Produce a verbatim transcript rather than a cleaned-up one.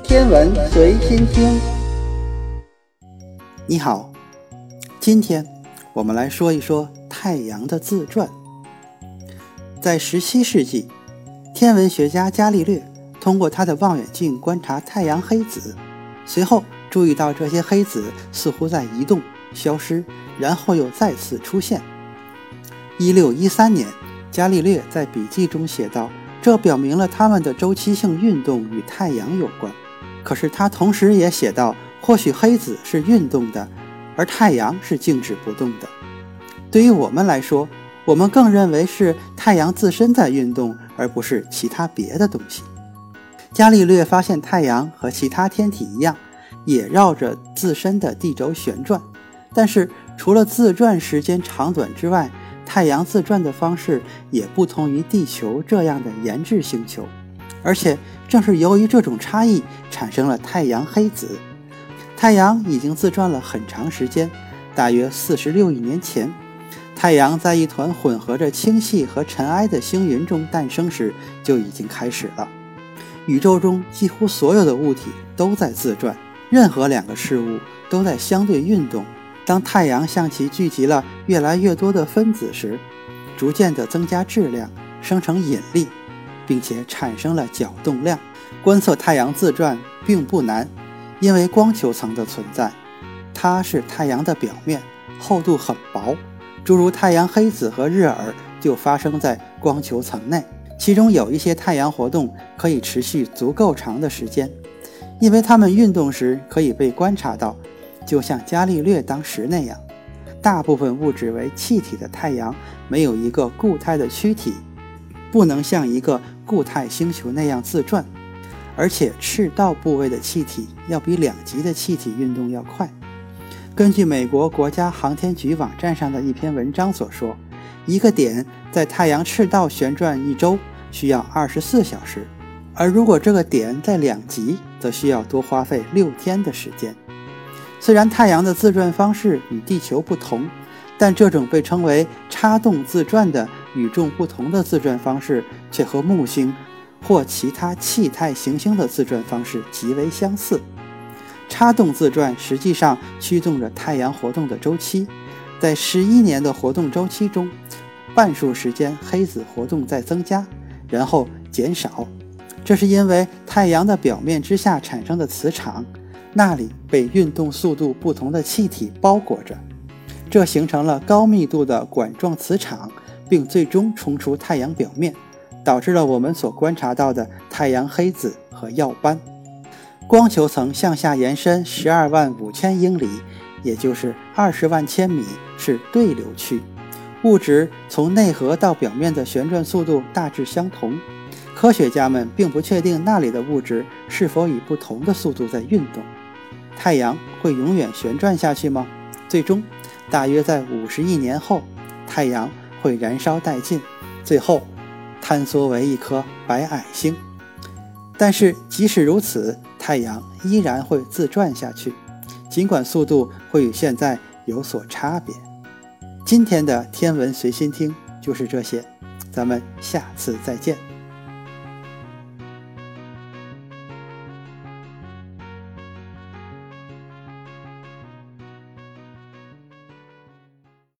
天文随心听。你好，今天我们来说一说太阳的自转。在十七世纪，天文学家伽利略通过他的望远镜观察太阳黑子，随后注意到这些黑子似乎在移动、消失，然后又再次出现。一六一三年，伽利略在笔记中写道，这表明了它们的周期性运动与太阳有关。可是他同时也写道，或许黑子是运动的，而太阳是静止不动的。对于我们来说，我们更认为是太阳自身在运动，而不是其他别的东西。伽利略发现太阳和其他天体一样，也绕着自身的地轴旋转，但是除了自转时间长短之外，太阳自转的方式也不同于地球这样的研制星球，而且正是由于这种差异，产生了太阳黑子。太阳已经自转了很长时间，大约四十六亿年前，太阳在一团混合着氢气和尘埃的星云中诞生时就已经开始了。宇宙中几乎所有的物体都在自转，任何两个事物都在相对运动。当太阳向其聚集了越来越多的分子时，逐渐地增加质量，生成引力，并且产生了角动量。观测太阳自转并不难，因为光球层的存在，它是太阳的表面，厚度很薄，诸如太阳黑子和日珥就发生在光球层内，其中有一些太阳活动可以持续足够长的时间，因为它们运动时可以被观察到，就像伽利略当时那样。大部分物质为气体的太阳没有一个固态的躯体，不能像一个固态星球那样自转，而且赤道部位的气体要比两极的气体运动要快。根据美国国家航天局网站上的一篇文章所说，一个点在太阳赤道旋转一周需要二十四小时，而如果这个点在两极，则需要多花费六天的时间。虽然太阳的自转方式与地球不同，但这种被称为插动自转的与众不同的自转方式却和木星或其他气态行星的自转方式极为相似。插动自转实际上驱动着太阳活动的周期，在十一年的活动周期中，半数时间黑子活动在增加，然后减少。这是因为太阳的表面之下产生的磁场，那里被运动速度不同的气体包裹着，这形成了高密度的管状磁场，并最终冲出太阳表面，导致了我们所观察到的太阳黑子和耀斑。光球层向下延伸十二万五千英里，也就是二十万千米，是对流区。物质从内核到表面的旋转速度大致相同，科学家们并不确定那里的物质是否以不同的速度在运动。太阳会永远旋转下去吗？最终，大约在五十亿年后，太阳会燃烧殆尽，最后坍缩为一颗白矮星。但是即使如此，太阳依然会自转下去，尽管速度会与现在有所差别。今天的天文随心听就是这些，咱们下次再见。